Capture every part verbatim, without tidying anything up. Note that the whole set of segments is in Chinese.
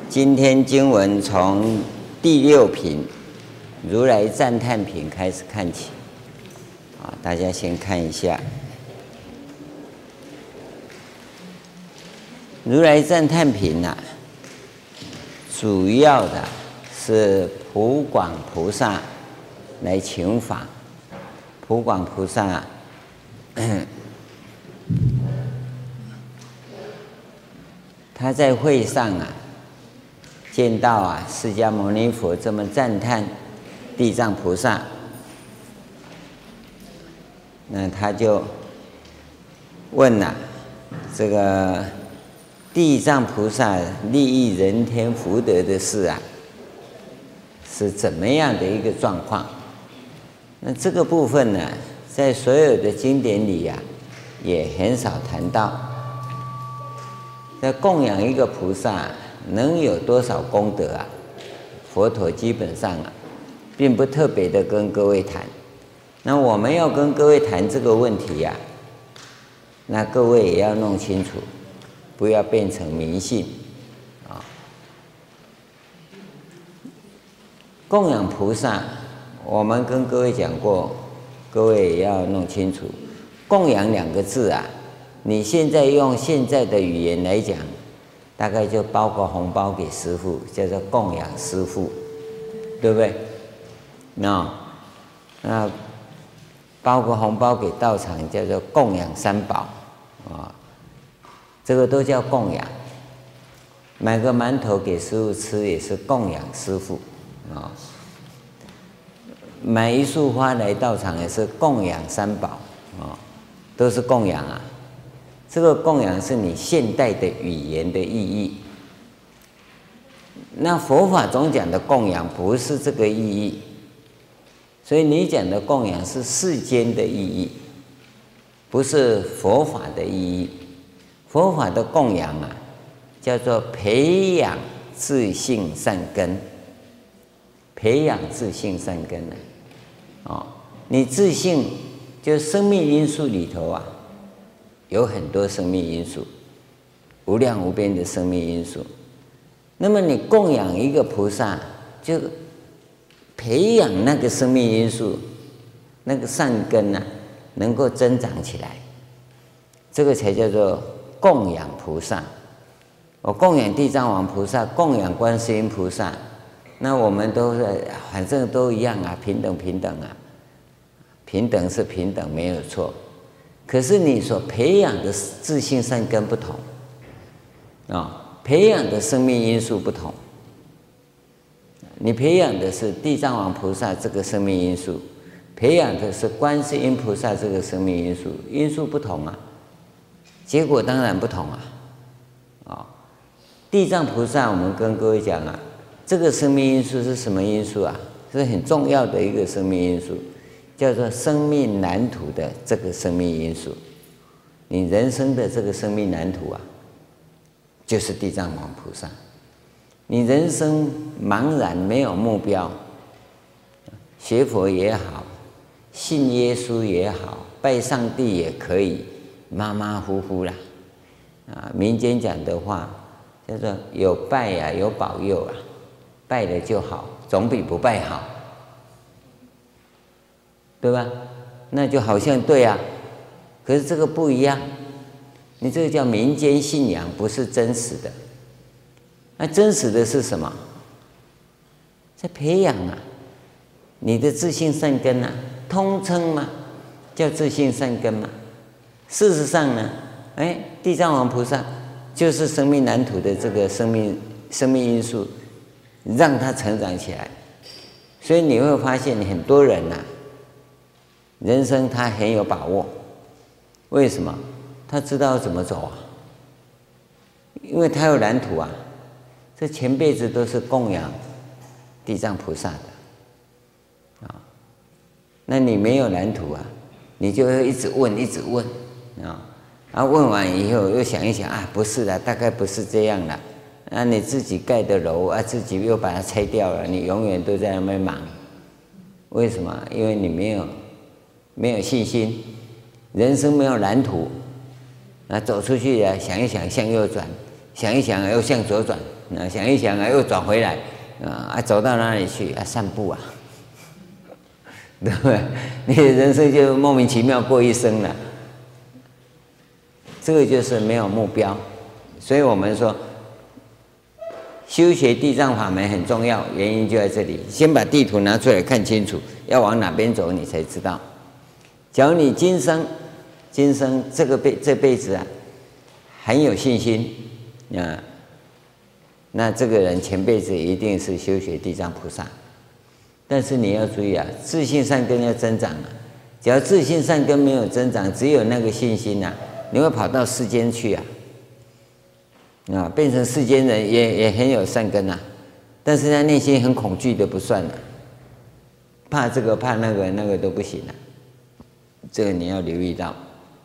今天经文从第六品如来赞叹品开始看起，啊，大家先看一下。如来赞叹品啊，主要的是普广菩萨来请法。普广菩萨，他在会上啊，见到啊释迦牟尼佛这么赞叹地藏菩萨，那他就问啊，这个地藏菩萨利益人天福德的事啊，是怎么样的一个状况？那这个部分呢，在所有的经典里啊，也很少谈到。在供养一个菩萨能有多少功德啊？佛陀基本上啊，并不特别的跟各位谈。那我们要跟各位谈这个问题呀、啊，那各位也要弄清楚，不要变成迷信啊。供养菩萨，我们跟各位讲过，各位也要弄清楚，供养两个字啊。你现在用现在的语言来讲，大概就包个红包给师父，叫做供养师父，对不对？那那包个红包给道场，叫做供养三宝啊，这个都叫供养。买个馒头给师父吃，也是供养师父啊。买一束花来道场，也是供养三宝啊，都是供养啊。这个供养是你现代的语言的意义，那佛法中讲的供养不是这个意义，所以你讲的供养是世间的意义，不是佛法的意义。佛法的供养啊，叫做培养自性善根，培养自性善根呢、啊，哦，你自性就是生命因素里头啊。有很多生命因素，无量无边的生命因素。那么你供养一个菩萨，就培养那个生命因素，那个善根啊，能够增长起来，这个才叫做供养菩萨。我供养地藏王菩萨，供养观世音菩萨，那我们都是反正都一样啊，平等平等啊，平等是平等，没有错。可是你所培养的自性善根不同啊，培养的生命因素不同。你培养的是地藏王菩萨这个生命因素，培养的是观世音菩萨这个生命因素，因素不同啊，结果当然不同啊。啊，地藏菩萨我们跟各位讲啊，这个生命因素是什么因素啊？是很重要的一个生命因素。叫做生命蓝图的这个生命因素，你人生的这个生命蓝图啊，就是地藏王菩萨。你人生茫然没有目标，学佛也好，信耶稣也好，拜上帝也可以，马马虎虎啦。啊，民间讲的话叫做有拜啊，有保佑啊，拜了就好，总比不拜好。对吧？那就好像对啊，可是这个不一样，你这个叫民间信仰，不是真实的。那真实的是什么？在培养啊，你的自性善根啊，通称嘛，叫自性善根嘛。事实上呢，哎，地藏王菩萨就是生命蓝图的这个生命生命因素，让它成长起来。所以你会发现很多人呐、啊。人生他很有把握，为什么？他知道怎么走啊，因为他有蓝图啊。这前辈子都是供养地藏菩萨的啊，那你没有蓝图啊，你就会一直问，一直问啊，然后问完以后又想一想啊，不是的，大概不是这样的。啊，你自己盖的楼啊，自己又把它拆掉了，你永远都在那边忙，为什么？因为你没有。没有信心，人生没有蓝图，那走出去啊，想一想向右转， 想一想又向左转，啊，想一想啊又转回来，啊，走到哪里去啊？散步啊，对不对？你的人生就莫名其妙过一生了。这个就是没有目标，所以我们说修学地藏法门很重要，原因就在这里。先把地图拿出来看清楚，要往哪边走，你才知道。假如你今生、今生这个辈这辈子啊，很有信心啊，那这个人前辈子一定是修学地藏菩萨。但是你要注意啊，自信善根要增长啊。只要自信善根没有增长，只有那个信心啊，你会跑到世间去啊，啊，变成世间人也也很有善根啊，但是他内心很恐惧的不算了，怕这个怕那个那个都不行了，这个你要留意到。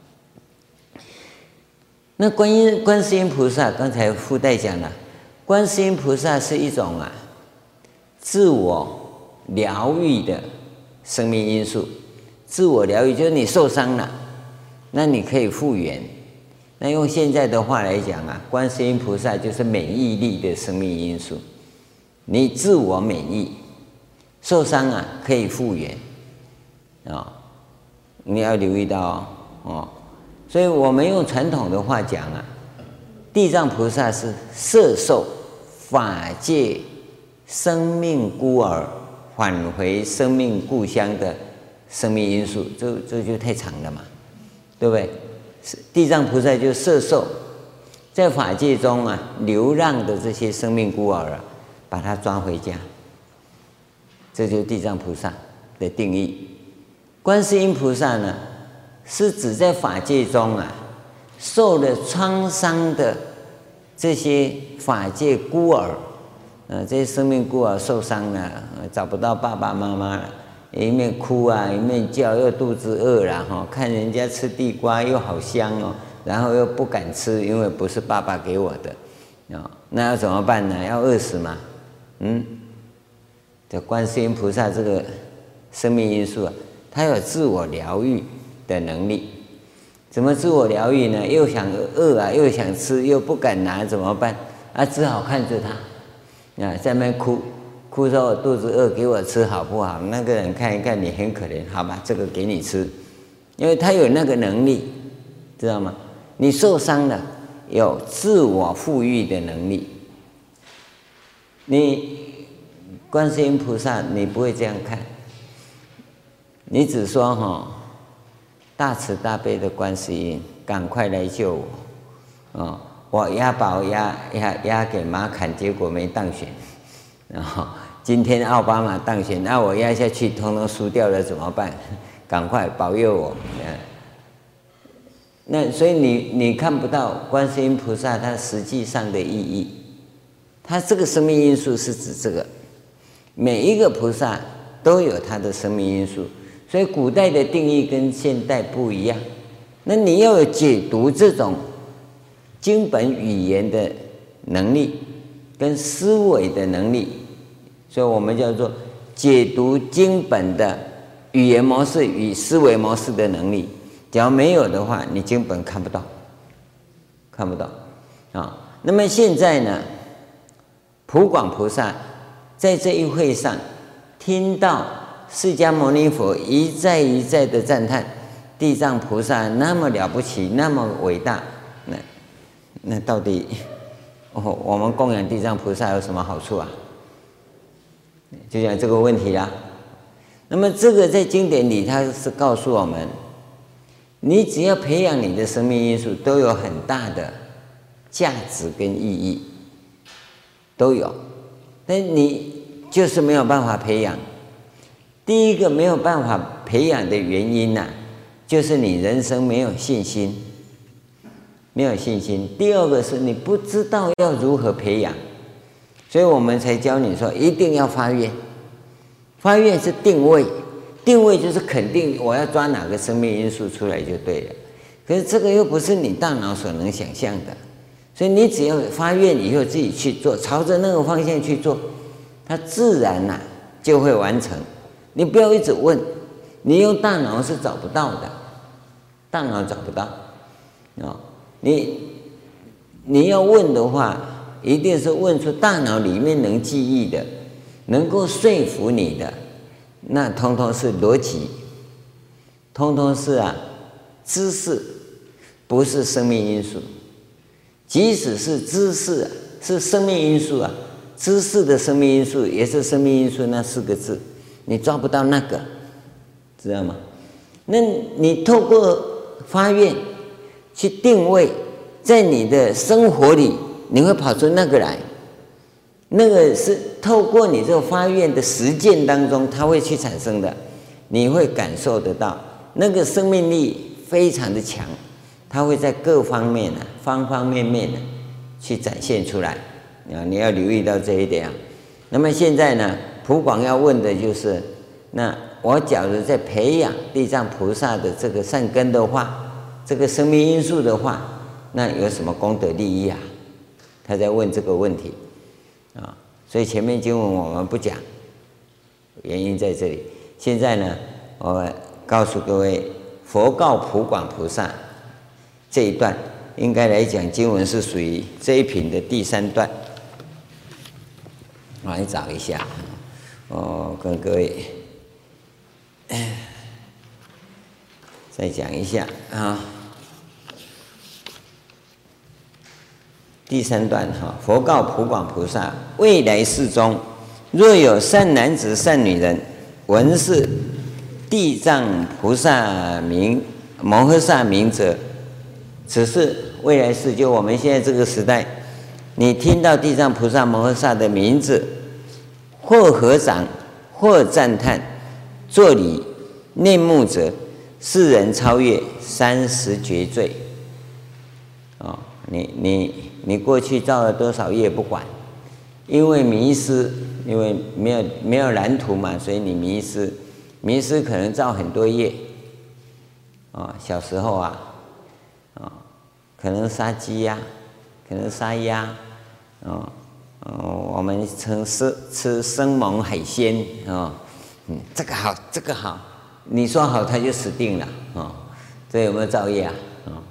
那观音观世音菩萨，刚才附带讲了，观世音菩萨是一种啊自我疗愈的生命因素。自我疗愈就是你受伤了，那你可以复原。那用现在的话来讲啊，观世音菩萨就是免疫力的生命因素。你自我免疫，受伤啊可以复原啊、哦，你要留意到哦。哦，所以我们用传统的话讲啊，地藏菩萨是摄受法界生命孤儿返回生命故乡的生命因素，这这就太长了嘛，对不对？地藏菩萨就摄受在法界中啊流浪的这些生命孤儿啊，把他抓回家，这就是地藏菩萨的定义。观世音菩萨呢，是指在法界中啊受了创伤的这些法界孤儿，呃，这些生命孤儿受伤了，呃、找不到爸爸妈妈了。一面哭啊，一面叫，又肚子饿了哈，看人家吃地瓜又好香哦，然后又不敢吃，因为不是爸爸给我的，啊，那要怎么办呢？要饿死吗？嗯，这观世音菩萨这个生命因素啊，它有自我疗愈的能力。怎么自我疗愈呢？又想饿啊，又想吃，又不敢拿，怎么办？啊，只好看着他，啊，在那边哭。哭说我肚子饿，给我吃好不好？那个人看一看你很可怜，好吧，这个给你吃，因为他有那个能力，知道吗？你受伤了，有自我复愈的能力。你观世音菩萨，你不会这样看，你只说哈、哦，大慈大悲的观世音，赶快来救我！哦，我押宝押押押给马侃，结果没当选，然后。今天奥巴马当选，那我压下去，通通输掉了怎么办？赶快保佑我！那所以你你看不到观世音菩萨它实际上的意义，它这个生命因素是指这个，每一个菩萨都有它的生命因素，所以古代的定义跟现代不一样。那你要有解读这种经本语言的能力，跟思维的能力。所以我们叫做解读经本的语言模式与思维模式的能力。假如没有的话，你经本看不到，看不到啊。那么现在呢，普广菩萨在这一会上听到释迦牟尼佛一再一再的赞叹地藏菩萨那么了不起，那么伟大，那那到底哦，我们供养地藏菩萨有什么好处啊？就讲这个问题啦。那么这个在经典里，它是告诉我们，你只要培养你的生命因素，都有很大的价值跟意义，都有。但你就是没有办法培养。第一个没有办法培养的原因呐、啊，就是你人生没有信心，没有信心。第二个是你不知道要如何培养。所以我们才教你说，一定要发愿。发愿是定位，定位就是肯定我要抓哪个生命因素出来就对了。可是这个又不是你大脑所能想象的，所以你只要发愿以后自己去做，朝着那个方向去做，它自然呐、啊、就会完成。你不要一直问，你用大脑是找不到的，大脑找不到啊、哦。你你要问的话，一定是问出大脑里面能记忆的，能够说服你的，那通通是逻辑，通通是啊知识，不是生命因素。即使是知识啊，是生命因素啊，知识的生命因素也是生命因素那四个字，你抓不到那个，知道吗？那你透过发愿去定位，在你的生活里，你会跑出那个来。那个是透过你这个发愿的实践当中，它会去产生的，你会感受得到，那个生命力非常的强，它会在各方面呢、啊，方方面面呢、啊、去展现出来啊！你要留意到这一点啊。那么现在呢，普广要问的就是，那我假如在培养地藏菩萨的这个善根的话，这个生命因素的话，那有什么功德利益啊？他在问这个问题啊。所以前面经文我们不讲，原因在这里。现在呢，我告诉各位，佛告普广菩萨这一段，应该来讲经文是属于这一品的第三段。我来找一下，哦，跟各位再讲一下啊。第三段哈，佛告普广菩萨：未来世中，若有善男子、善女人，闻是地藏菩萨名、摩诃萨名者，只是未来世，就我们现在这个时代，你听到地藏菩萨摩诃萨的名字，或合掌，或赞叹，作礼念慕者，世人超越三十绝罪。哦，你你你过去造了多少业不管，因为迷失，因为没有没有蓝图嘛，所以你迷失，迷失可能造很多业。啊、哦，小时候啊，啊、哦，可能杀鸡呀、啊，可能杀鸭，啊、哦，哦，我们吃吃吃生猛海鲜啊、哦，嗯，这个好，这个好，你说好他就死定了啊、哦，这有没有造业啊？啊、哦，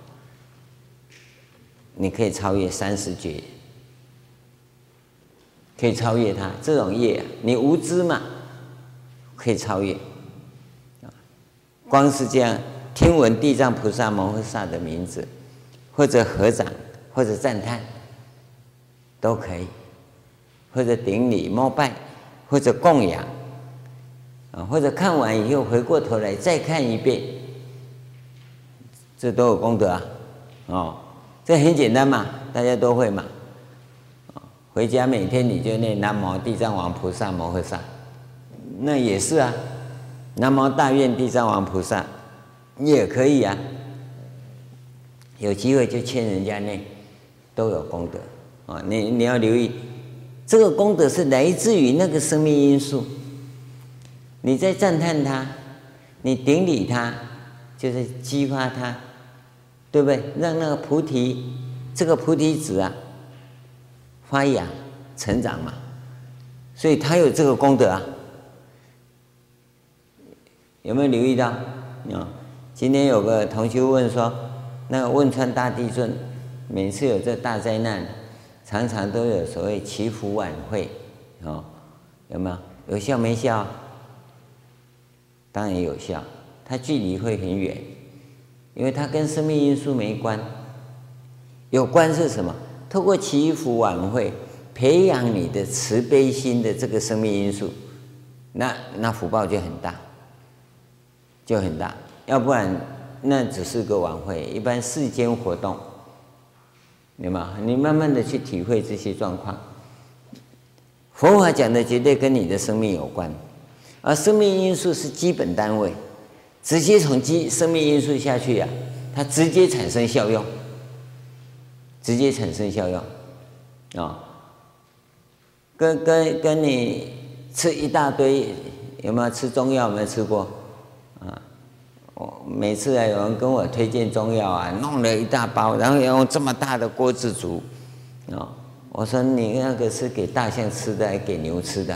你可以超越三十劫，可以超越它这种业啊，你无知嘛，可以超越。光是这样听闻地藏菩萨摩诃萨的名字，或者合掌，或者赞叹，都可以，或者顶礼膜拜，或者供养，啊，或者看完以后回过头来再看一遍，这都有功德啊，哦，这很简单嘛，大家都会嘛，回家每天你就念南无地藏王菩萨摩诃萨，那也是啊，南无大愿地藏王菩萨也可以啊，有机会就劝人家念，都有功德啊。你你要留意，这个功德是来自于那个生命因素。你在赞叹他，你顶礼他，就是激发他，对不对？让那个菩提这个菩提子啊发芽成长嘛，所以他有这个功德啊。有没有留意到？啊，今天有个同学问说，那个汶川大地震，每次有这大灾难，常常都有所谓祈福晚会，哦，有没有？有效没效？当然有效，它距离会很远，因为它跟生命因素没关。有关是什么？透过祈福晚会，培养你的慈悲心的这个生命因素，那那福报就很大。就很大，要不然那只是个晚会，一般世间活动，明白吗？你慢慢的去体会这些状况。佛法讲的绝对跟你的生命有关，而生命因素是基本单位，直接从基生命因素下去呀、啊，它直接产生效用，直接产生效用，啊、哦，跟跟跟你吃一大堆，有没有吃中药？有没有吃过？啊，我每次啊，有人跟我推荐中药啊，弄了一大包，然后要用这么大的锅子煮，啊，我说你那个是给大象吃的，还是给牛吃的？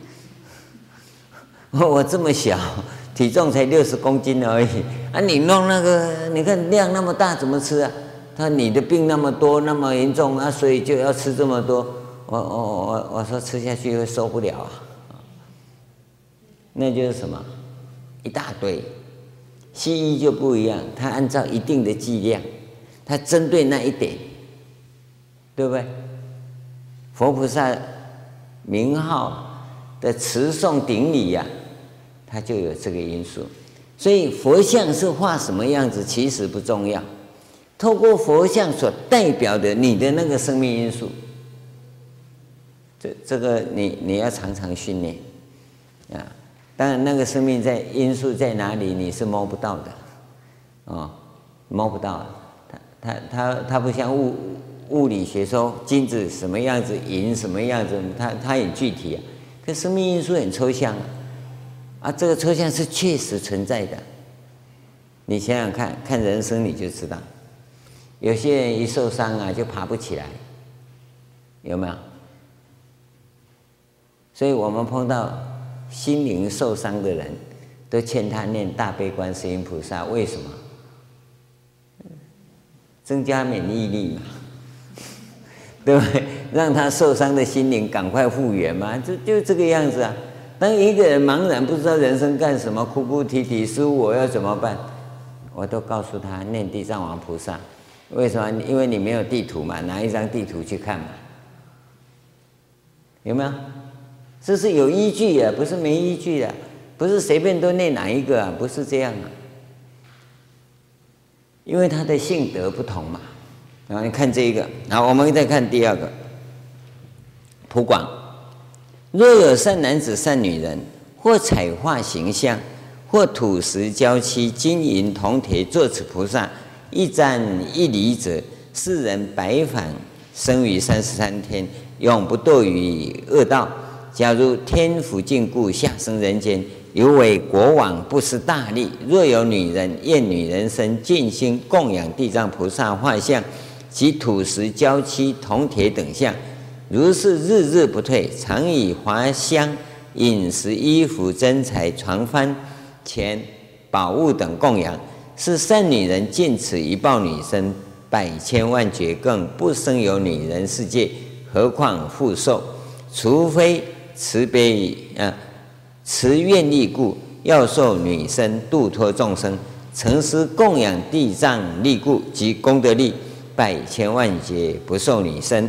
我这么小，体重才六十公斤而已，啊，你弄那个，你看量那么大，怎么吃啊？ 他你的病那么多那么严重啊，所以就要吃这么多。我我我我说吃下去会受不了啊，那就是什么一大堆。西医就不一样，他按照一定的剂量，他针对那一点，对不对？佛菩萨名号的持诵顶礼呀、啊，它就有这个因素。所以佛像是画什么样子，其实不重要。透过佛像所代表的你的那个生命因素，这这个你你要常常训练啊。当然，那个生命在因素在哪里，你是摸不到的，哦，摸不到。它它它它不像物物理学说金子什么样子，银什么样子，它它很具体啊。可生命因素很抽象啊，啊，这个抽象是确实存在的。你想想看，看人生你就知道，有些人一受伤啊就爬不起来，有没有？所以我们碰到心灵受伤的人，都劝他念大悲观世音菩萨，为什么？增加免疫力嘛，对不对？让他受伤的心灵赶快复原嘛，就就这个样子啊。当一个人茫然不知道人生干什么，哭哭啼啼，师父我要怎么办？我都告诉他念地藏王菩萨。为什么？因为你没有地图嘛，拿一张地图去看嘛，有没有？这是有依据的，不是没依据的，不是随便都念哪一个啊，不是这样啊。因为他的性德不同嘛。然后你看这一个，好，我们再看第二个。普广，若有善男子、善女人，或彩画形象，或土石胶漆、金银铜铁作此菩萨，一瞻一礼者，世人百返生于三十三天，永不堕于恶道。假如天福尽故，下生人间，犹为国王，不失大利。若有女人厌女人身，尽心供养地藏菩萨画像及土石胶漆铜铁等像，如是日日不退，常以华香、饮食、衣服、珍财、床幡、钱、宝物等供养，是善女人尽此一报女身，百千万劫更不生有女人世界，何况复受？除非慈悲啊，慈愿力故，要受女身，度脱众生，诚实供养地藏力故及功德力，百千万劫不受女身。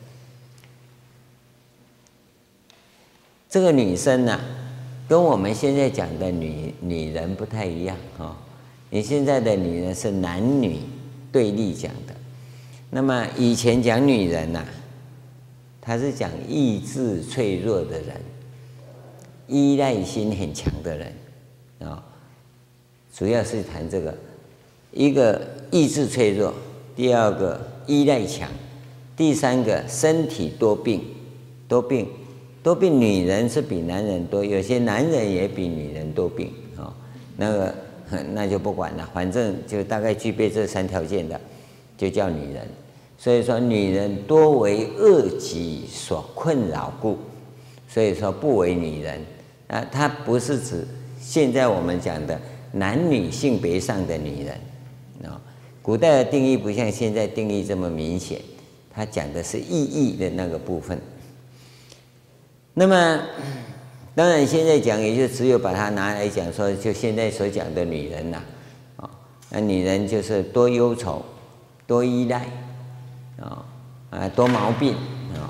这个女身啊，跟我们现在讲的女女人不太一样哈、哦。你现在的女人是男女对立讲的，那么以前讲女人呐、啊。他是讲意志脆弱的人，依赖心很强的人啊、哦，主要是谈这个。一个意志脆弱，第二个依赖强，第三个身体多病，多病，多病。女人是比男人多，有些男人也比女人多病啊、哦。那个那就不管了，反正就大概具备这三条件的，就叫女人。所以说，女人多为恶己所困扰故，所以说不为女人啊。它不是指现在我们讲的男女性别上的女人啊。古代的定义不像现在定义这么明显，它讲的是意义的那个部分。那么，当然现在讲也就只有把它拿来讲说，就现在所讲的女人呐，啊，那女人就是多忧愁、多依赖。啊啊，多毛病啊，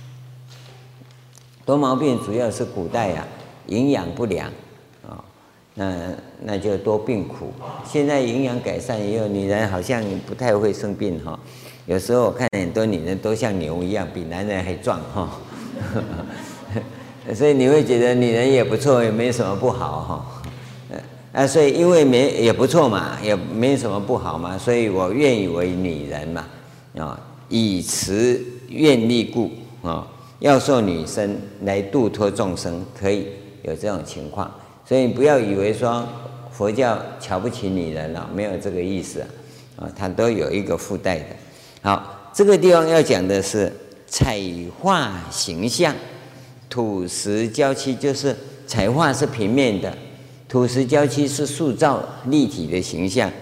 多毛病主要是古代啊营养不良啊，那那就多病苦。现在营养改善以后，女人好像不太会生病哈。有时候我看很多女人都像牛一样，比男人还壮哈。所以你会觉得女人也不错，也没什么不好哈。啊，所以因为没也不错嘛，也没什么不好嘛，所以我愿意为女人嘛啊。以慈愿力故啊、哦，要受女身来度脱众生，可以有这种情况。所以你不要以为说佛教瞧不起女人了、啊，没有这个意思啊，啊、哦，它都有一个附带的。好，这个地方要讲的是彩画形象，土石胶漆，就是彩画是平面的，土石胶漆是塑造立体的形象。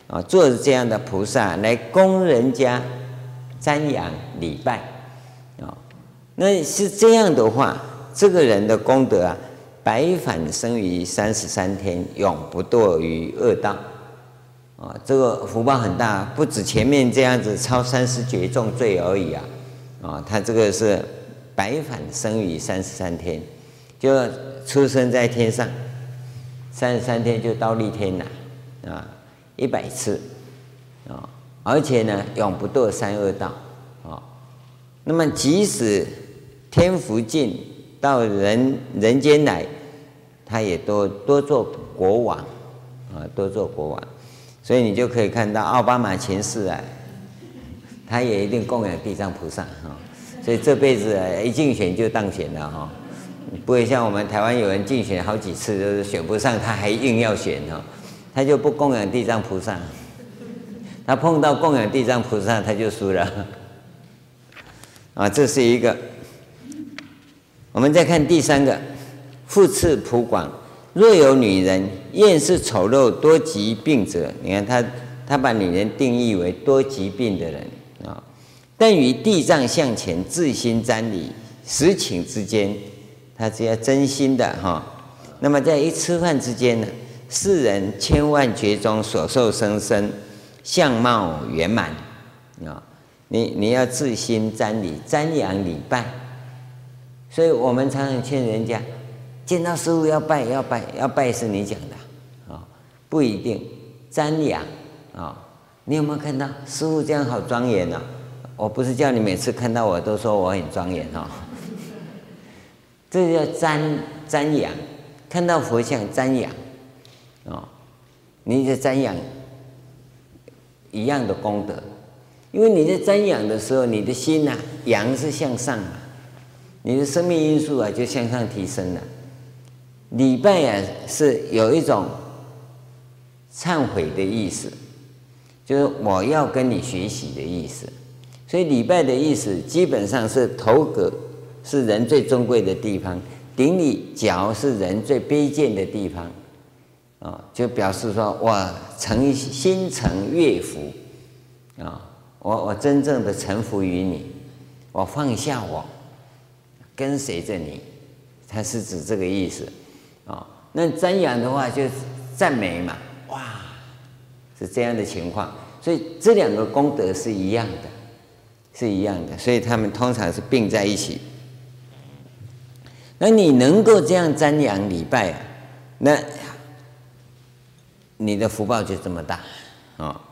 啊，做这样的菩萨来供人家瞻仰礼拜啊，那是这样的话，这个人的功德啊，百返生于三十三天，永不堕于恶道啊，这个福报很大，不止前面这样子超三十劫重罪而已啊，啊，他这个是百返生于三十三天，就出生在天上，三十三天就到立天了啊，一百次啊，而且呢，永不堕三恶道啊。那么即使天福尽到人人间来，他也多多做国王啊，多做国王。所以你就可以看到奥巴马前世啊，他也一定供养地藏菩萨哈，所以这辈子啊一竞选就当选了哈，不会像我们台湾有人竞选好几次都是选不上，他还硬要选哈，他就不供养地藏菩萨，他碰到供养地藏菩萨他就输了啊，这是一个。我们再看第三个，复次普广。若有女人厌是丑陋多疾病者，你看他他把女人定义为多疾病的人啊。但于地藏像前自心瞻礼，时顷之间，他只要真心的哈。那么在一吃饭之间呢，世人千万劫中所受生身，相貌圆满啊。你你要自心瞻礼，瞻仰礼拜。所以我们常常劝人家。见到师父要拜，要拜，要拜是你讲的啊，不一定瞻仰啊。你有没有看到师父这样好庄严啊？我不是叫你每次看到我都说我很庄严哦，这叫瞻瞻仰，看到佛像瞻仰啊，你在瞻仰一样的功德，因为你在瞻仰的时候，你的心呐、啊，仰是向上啊，你的生命因素啊就向上提升了。礼拜啊是有一种忏悔的意思，就是我要跟你学习的意思。所以礼拜的意思基本上是头阁是人最尊贵的地方，顶礼脚是人最卑贱的地方啊，就表示说我诚心诚悦服啊，我我真正的臣服于你，我放下我，跟随着你，它是指这个意思。哦，那瞻仰的话就赞美嘛，哇，是这样的情况，所以这两个功德是一样的，是一样的，所以他们通常是并在一起。那你能够这样瞻仰礼拜啊，那你的福报就这么大啊。哦，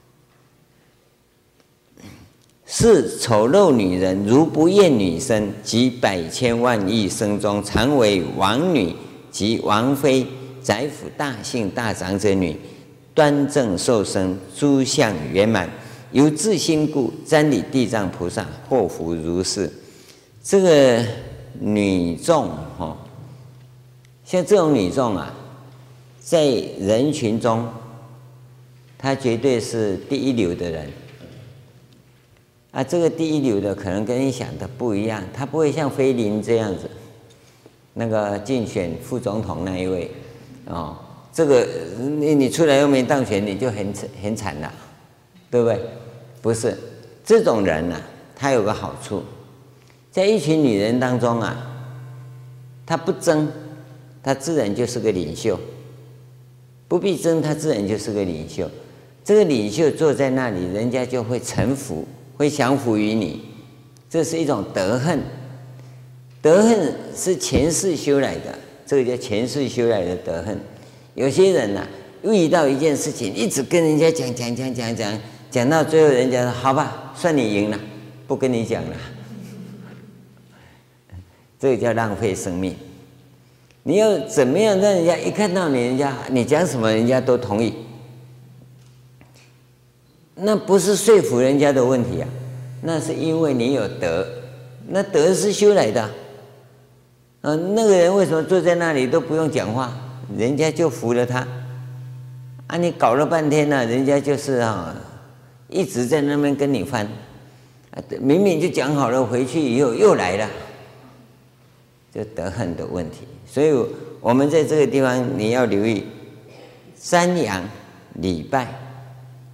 是丑陋女人，如不厌女身，及百千万亿生中，常为王女。及王妃、宰府大姓大长者女，端正受生，诸相圆满，由自心故，瞻礼地藏菩萨，祸福如是。这个女众哈，像这种女众啊，在人群中，她绝对是第一流的人。啊，这个第一流的可能跟你想的不一样，她不会像菲林这样子。那个竞选副总统那一位，哦，这个你你出来又没当选，你就很很惨了，对不对？不是，这种人啊，他有个好处，在一群女人当中啊，他不争，他自然就是个领袖；不必争，他自然就是个领袖。这个领袖坐在那里，人家就会臣服，会降服于你，这是一种德恨。德恨是前世修来的，这个叫前世修来的德恨。有些人呐、啊，遇到一件事情，一直跟人家讲讲讲讲讲，讲到最后，人家说好吧，算你赢了，不跟你讲了。这个叫浪费生命。你要怎么样让人家一看到你，人家你讲什么，人家都同意？那不是说服人家的问题啊，那是因为你有德，那德是修来的。呃，那个人为什么坐在那里都不用讲话，人家就服了他？啊，你搞了半天呢、啊，人家就是啊，一直在那边跟你翻，啊，明明就讲好了，回去以后又来了，就德恨的问题。所以我们在这个地方你要留意，瞻仰礼拜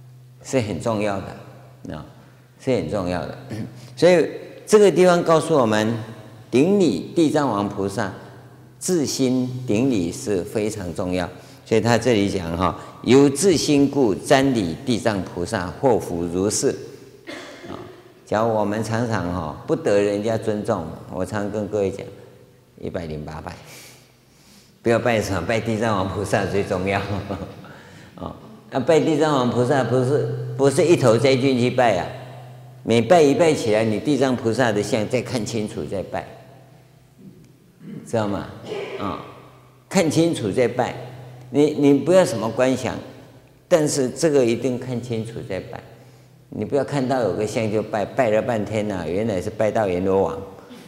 是很重要的啊，是很重要的。所以这个地方告诉我们，顶礼地藏王菩萨自心顶礼是非常重要。所以他这里讲哈，由自心故瞻礼地藏菩萨，祸福如是。啊，假如我们常常哈不得人家尊重，我常跟各位讲，一百零八拜，不要拜什么，拜地藏王菩萨最重要。啊，那拜地藏王菩萨不是不是一头栽进去拜啊，每拜一拜起来，你地藏菩萨的像再看清楚再拜，知道吗？啊，看清楚再拜。你你不要什么观想，但是这个一定看清楚再拜。你不要看到有个像就拜，拜了半天呐、啊，原来是拜到阎罗王。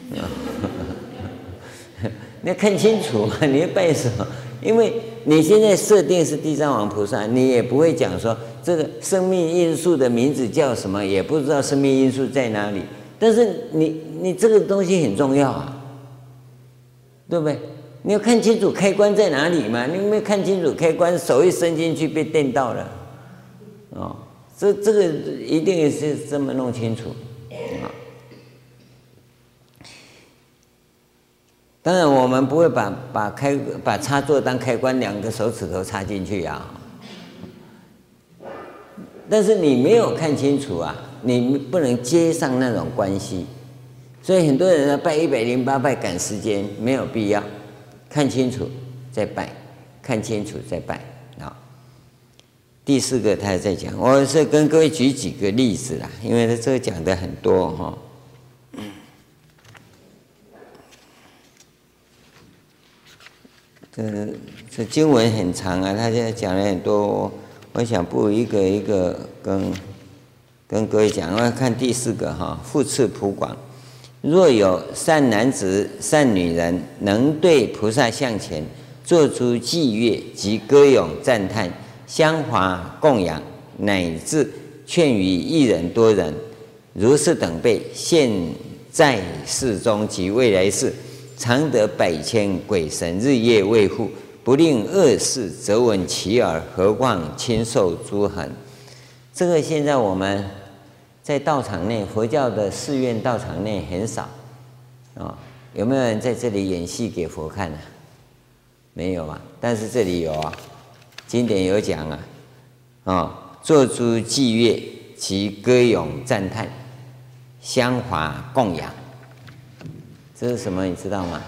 你要看清楚嘛，你要拜什么？因为你现在设定是地藏王菩萨，你也不会讲说这个生命因素的名字叫什么，也不知道生命因素在哪里。但是你你这个东西很重要啊，对不对？你要看清楚开关在哪里嘛？你没有看清楚开关，手一伸进去被电到了，哦，这这个一定是这么弄清楚啊。当然，我们不会把把开把插座当开关，两个手指头插进去啊。但是你没有看清楚啊，你不能接上那种关系，所以很多人呢拜一百零八拜赶时间，没有必要。看清楚再拜，看清楚再拜啊。第四个他还在讲，我是跟各位举几个例子啦，因为他这个讲的很多哈。这这经文很长啊，他现在讲了很多，我想不如一个一个跟跟各位讲。我要看第四个哈，复次普广。若有善男子、善女人，能对菩萨像前做出伎乐及歌咏赞叹、香华供养，乃至劝语一人多人，如是等辈，现在世中及未来世，常得百千鬼神日夜卫护，不令恶事则闻其耳，何况亲受诸痕。这个现在我们在道场内，佛教的寺院道场内很少啊、哦，有没有人在这里演戏给佛看啊？没有啊，但是这里有啊，经典有讲啊，啊、哦，做诸伎乐及歌咏赞叹、香华供养，这是什么？你知道吗？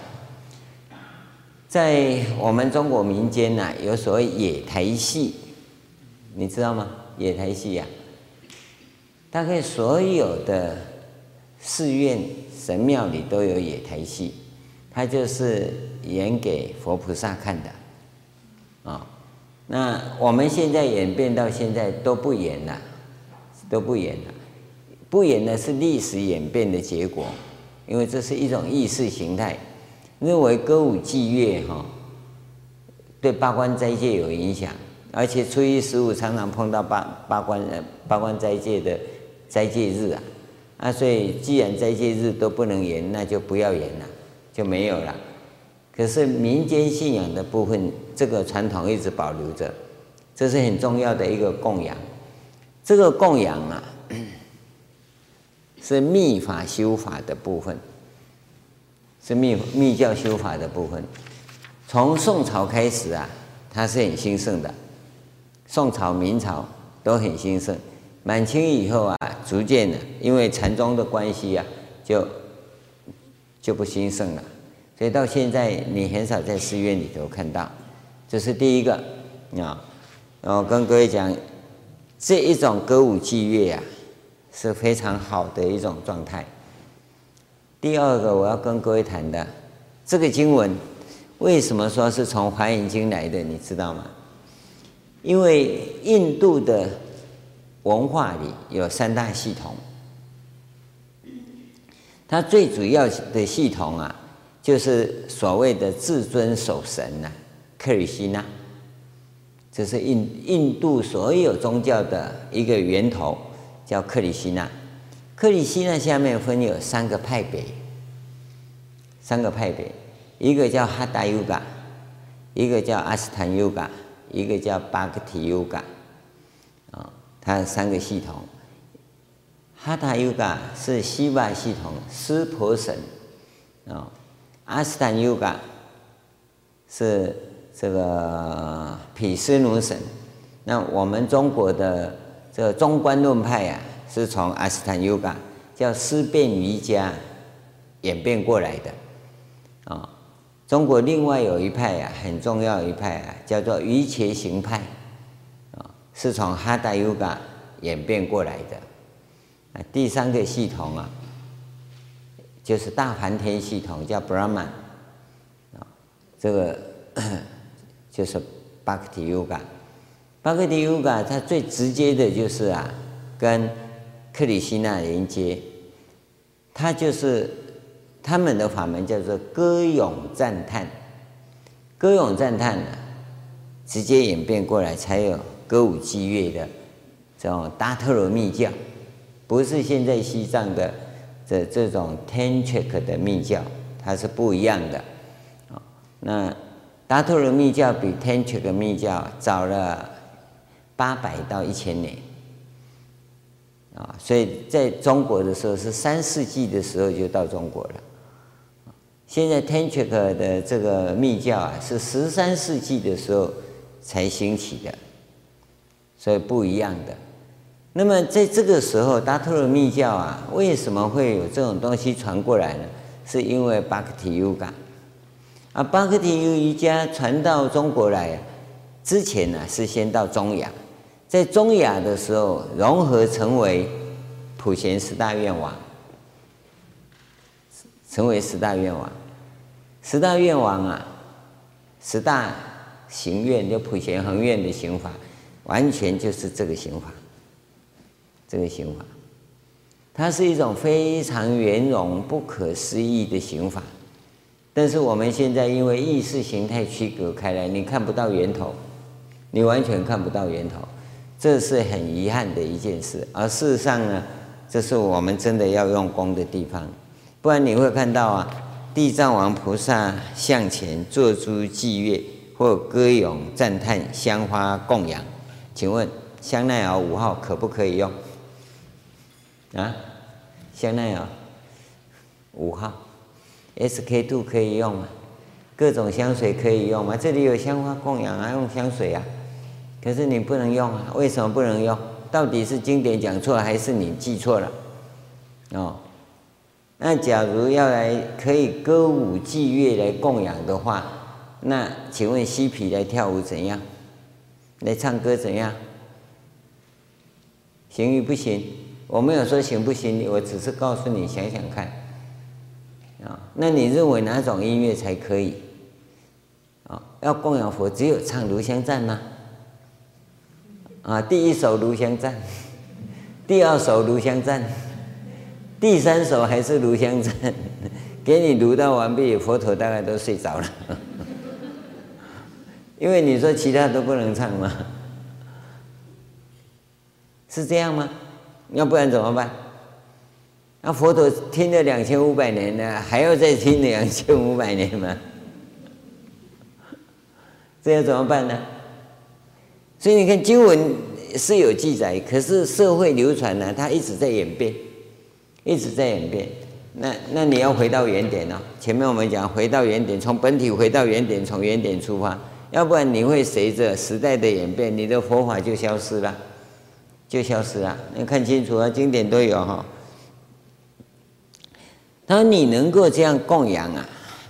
在我们中国民间呐、啊，有所谓野台戏，你知道吗？野台戏呀、啊。大概所有的寺院神庙里都有野台戏，它就是演给佛菩萨看的啊、哦。那我们现在演变到现在都不演了，都不演了，不演的是历史演变的结果，因为这是一种意识形态。认为歌舞伎乐哈、哦，对八关斋戒有影响，而且初一十五常常碰到八八关八关斋戒的斋戒日啊，啊，所以既然斋戒日都不能演，那就不要演了，就没有了。可是民间信仰的部分，这个传统一直保留着，这是很重要的一个供养。这个供养啊，是密法修法的部分，是密密教修法的部分。从宋朝开始啊，它是很兴盛的，宋朝、明朝都很兴盛。满清以后啊，逐渐的，因为禅宗的关系啊，就就不兴盛了。所以到现在，你很少在寺院里头看到。这是第一个啊。然后跟各位讲，这一种歌舞伎乐啊，是非常好的一种状态。第二个，我要跟各位谈的，这个经文为什么说是从《华严经》来的？你知道吗？因为印度的文化里有三大系统，它最主要的系统啊，就是所谓的至尊守神呐、啊，克里希那，这是印印度所有宗教的一个源头，叫克里希那。克里希那下面分有三个派别，三个派别，一个叫哈达尤嘎，一个叫阿斯坦尤嘎，一个叫巴格提尤嘎。 它三个系统。Hatha Yoga 是西瓦系统，湿婆神啊；阿斯坦 Yoga 是这个毗湿奴神。那我们中国的这个中观论派啊，是从阿斯坦 Yoga 叫思辨瑜伽演变过来的啊。中国另外有一派啊，很重要一派啊，叫做瑜伽行派啊，是从 Hatha Yoga 演变过来的。啊，第三个系统啊，就是大梵天系统，叫 Brahman 啊，这个就是 Bhakti Yoga。Bhakti Yoga 它最直接的就是啊，跟克里希那连接，它就是他们的法门叫做歌咏赞叹，歌咏赞叹啊，直接演变过来才有歌舞伎乐的这种达特罗密教。不是现在西藏的这这种 Tantric 的密教，它是不一样的。那达特罗密教比 Tantric 密教早了八百到一千年啊，所以在中国的时候是三世纪的时候就到中国了。现在 Tantric 的这个密教啊，是十三世纪的时候才兴起的，所以不一样的。那么在这个时候，达特罗密教啊，为什么会有这种东西传过来呢？是因为 Bhakti Yoga 啊 ，Bhakti瑜伽传到中国来之前呢、啊，是先到中亚，在中亚的时候融合成为普贤十大愿王，成为十大愿王。十大愿王啊，十大行愿就普贤恒愿的行法，完全就是这个行法。这个行法，它是一种非常圆融、不可思议的行法，但是我们现在因为意识形态区隔开来，你看不到源头，你完全看不到源头，这是很遗憾的一件事。而事实上呢，这是我们真的要用功的地方，不然你会看到啊，地藏王菩萨向前做诸伎乐或歌咏赞叹、香花供养。请问香奈儿五号可不可以用？啊，香奈儿五号 S K 二 可以用吗？各种香水可以用吗？这里有香花供养啊，用香水啊，可是你不能用啊，为什么不能用？到底是经典讲错还是你记错了？哦，那假如要来可以歌舞伎乐来供养的话，那请问嬉皮来跳舞怎样？来唱歌怎样？行与不行？我没有说行不行，我只是告诉你想想看啊。那你认为哪种音乐才可以啊？要供养佛，只有唱炉香赞吗？啊，第一首炉香赞，第二首炉香赞，第三首还是炉香赞，给你炉到完毕，佛陀大概都睡着了，因为你说其他都不能唱吗？是这样吗？要不然怎么办？那佛陀听了两千五百年了，还要再听两千五百年吗？这要怎么办呢？所以你看经文是有记载，可是社会流传呢，它一直在演变，一直在演变。那那你要回到原点哦。前面我们讲回到原点，从本体回到原点，从原点出发，要不然你会随着时代的演变，你的佛法就消失了。就消失了，你看清楚啊，经典都有哈。他说你能够这样供养啊，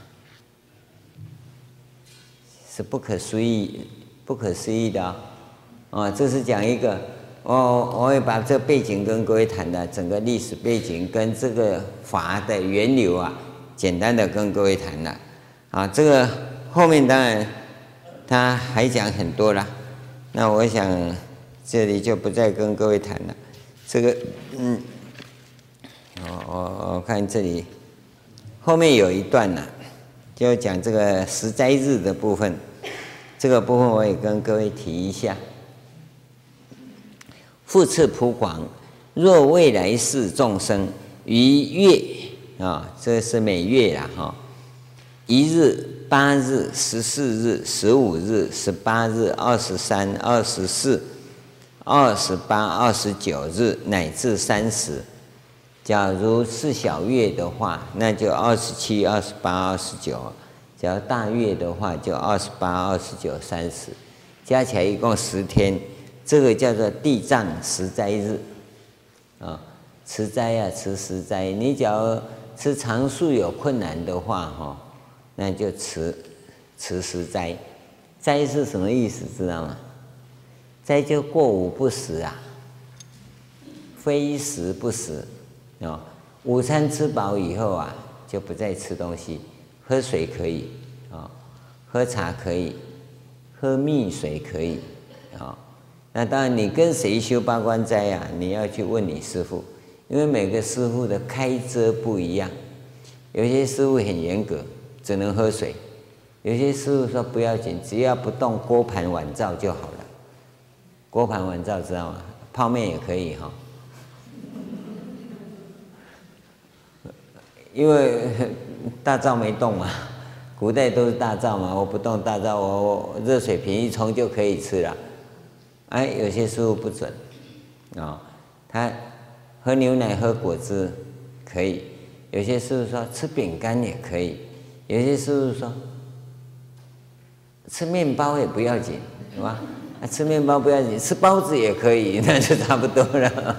是不可思议、不可思议的啊、哦！哦，这是讲一个，我我会把这背景跟各位谈的整个历史背景跟这个法的源流啊，简单的跟各位谈了。啊，这个后面当然他还讲很多啦，那我想。这里就不再跟各位谈了。这个，嗯，我我我看这里后面有一段呢、啊，就讲这个十斋日的部分。这个部分我也跟各位提一下。复次普广，若未来世众生于月啊，这是每月啦哈，一日、八日、十四日、十五日、十八日、二十三、二十四。 二十八、二十九日乃至三十。假如是小月的话，那就二十七、二十八、二十九；假如大月的话，就二十八、二十九、三十，加起来一共十天。这个叫做地藏十斋日啊，持斋啊，持十斋。你假如吃长素有困难的话，哈，那就持持十斋。斋是什么意思？知道吗？斋就过午不食啊，非食不食。哦，午餐吃饱以后啊，就不再吃东西，喝水可以啊、哦，喝茶可以，喝蜜水可以啊、哦。那当然，你跟谁修八关斋啊？你要去问你师父，因为每个师父的开遮不一样，有些师父很严格，只能喝水；有些师父说不要紧，只要不动锅盘碗灶就好了。锅盘碗灶知道吗？泡面也可以哈。因为大灶没动嘛，古代都是大灶嘛，我不动大灶，我我热水瓶一冲就可以吃了。哎，有些师父不准啊、哦，他喝牛奶、喝果汁可以；有些师父说吃饼干也可以；有些师父说吃面包也不要紧，是吧？啊，吃面包不要紧，吃包子也可以，那就差不多了。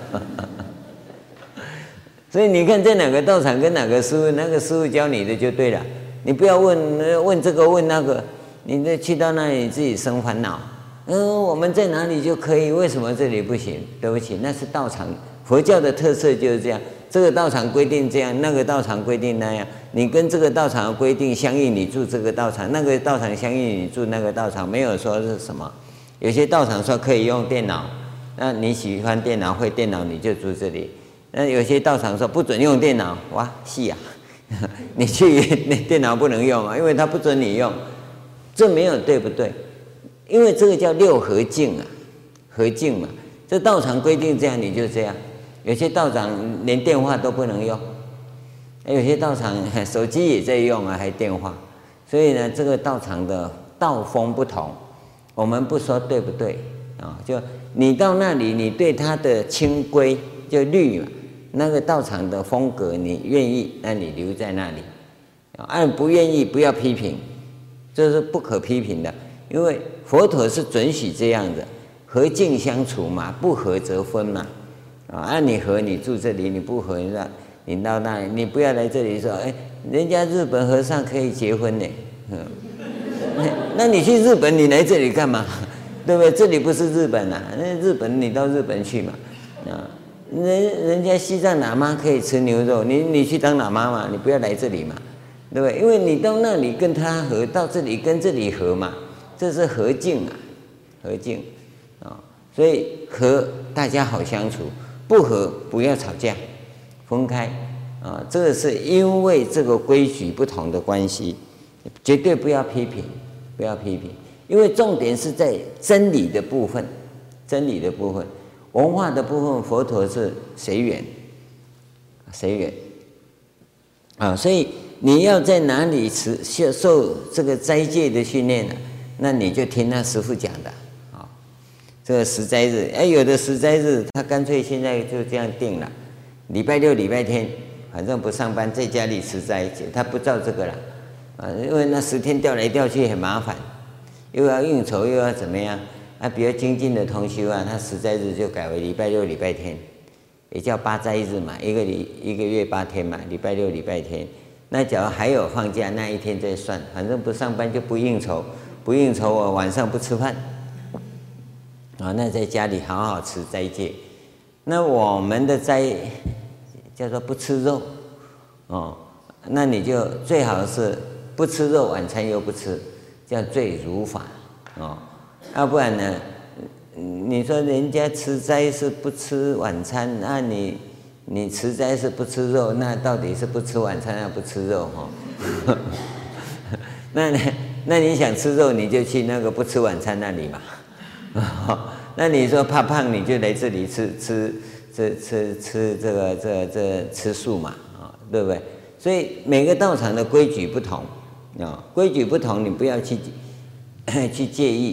所以你看在哪个道场跟哪个师父，那个师父教你的就对了。你不要问问这个问那个，你再去到那里你自己生烦恼。嗯，我们在哪里就可以，为什么这里不行？对不起，那是道场。佛教的特色就是这样，这个道场规定这样，那个道场规定那样。你跟这个道场的规定相应，你住这个道场；那个道场相应，你住那个道场。没有说是什么。有些道场说可以用电脑，那你喜欢电脑、会电脑，你就住这里。那有些道场说不准用电脑，哇，是呀、啊，你去那电脑不能用啊，因为他不准你用，这没有对不对？因为这个叫六合敬啊，合敬嘛，这道场规定这样，你就这样。有些道场连电话都不能用，有些道场手机也在用啊，还电话。所以呢，这个道场的道风不同，我们不说对不对啊？就你到那里，你对他的清规就律嘛。那个道场的风格，你愿意，那你留在那里；按不愿意，不要批评，这是不可批评的。因为佛陀是准许这样的，和敬相处嘛，不和则分嘛。啊，按你和，你住这里；你不和，你到那里，你不要来这里说，哎，人家日本和尚可以结婚呢。嗯，那你去日本，你来这里干嘛？对不对？这里不是日本啊，那日本你到日本去嘛，啊。人人家西藏喇嘛可以吃牛肉，你你去当喇嘛嘛，你不要来这里嘛，对不对？因为你到那里跟他合，到这里跟这里合嘛，这是和敬啊，和敬啊、哦，所以和大家好相处，不和不要吵架，分开啊、哦，这个是因为这个规矩不同的关系，绝对不要批评，不要批评，因为重点是在真理的部分，真理的部分。文化的部分，佛陀是随缘，随缘啊，所以你要在哪里持受这个斋戒的训练呢？那你就听他师父讲的啊。这个十斋日，哎，有的十斋日他干脆现在就这样定了，礼拜六、礼拜天，反正不上班，在家里持斋，他不照这个了啊，因为那十天调来调去很麻烦，又要应酬，又要怎么样？啊，比较精进的同修啊，他十斋日就改为礼拜六、礼拜天，也叫八斋日嘛，一个礼一个月八天嘛，礼拜六、礼拜天。那假如还有放假那一天再算，反正不上班就不应酬，不应酬我晚上不吃饭，啊，那在家里好好持斋戒。那我们的斋叫做不吃肉，哦，那你就最好是不吃肉，晚餐又不吃，叫最如法，哦。要、啊、不然呢？你说人家持斋是不吃晚餐，那你你持斋是不吃肉，那到底是不吃晚餐还是不吃肉哈？那那你想吃肉，你就去那个不吃晚餐那里嘛。那你说怕胖，你就来这里吃吃吃吃吃这个这这吃素嘛，啊，对不对？所以每个道场的规矩不同啊，规矩不同，你不要去去介意。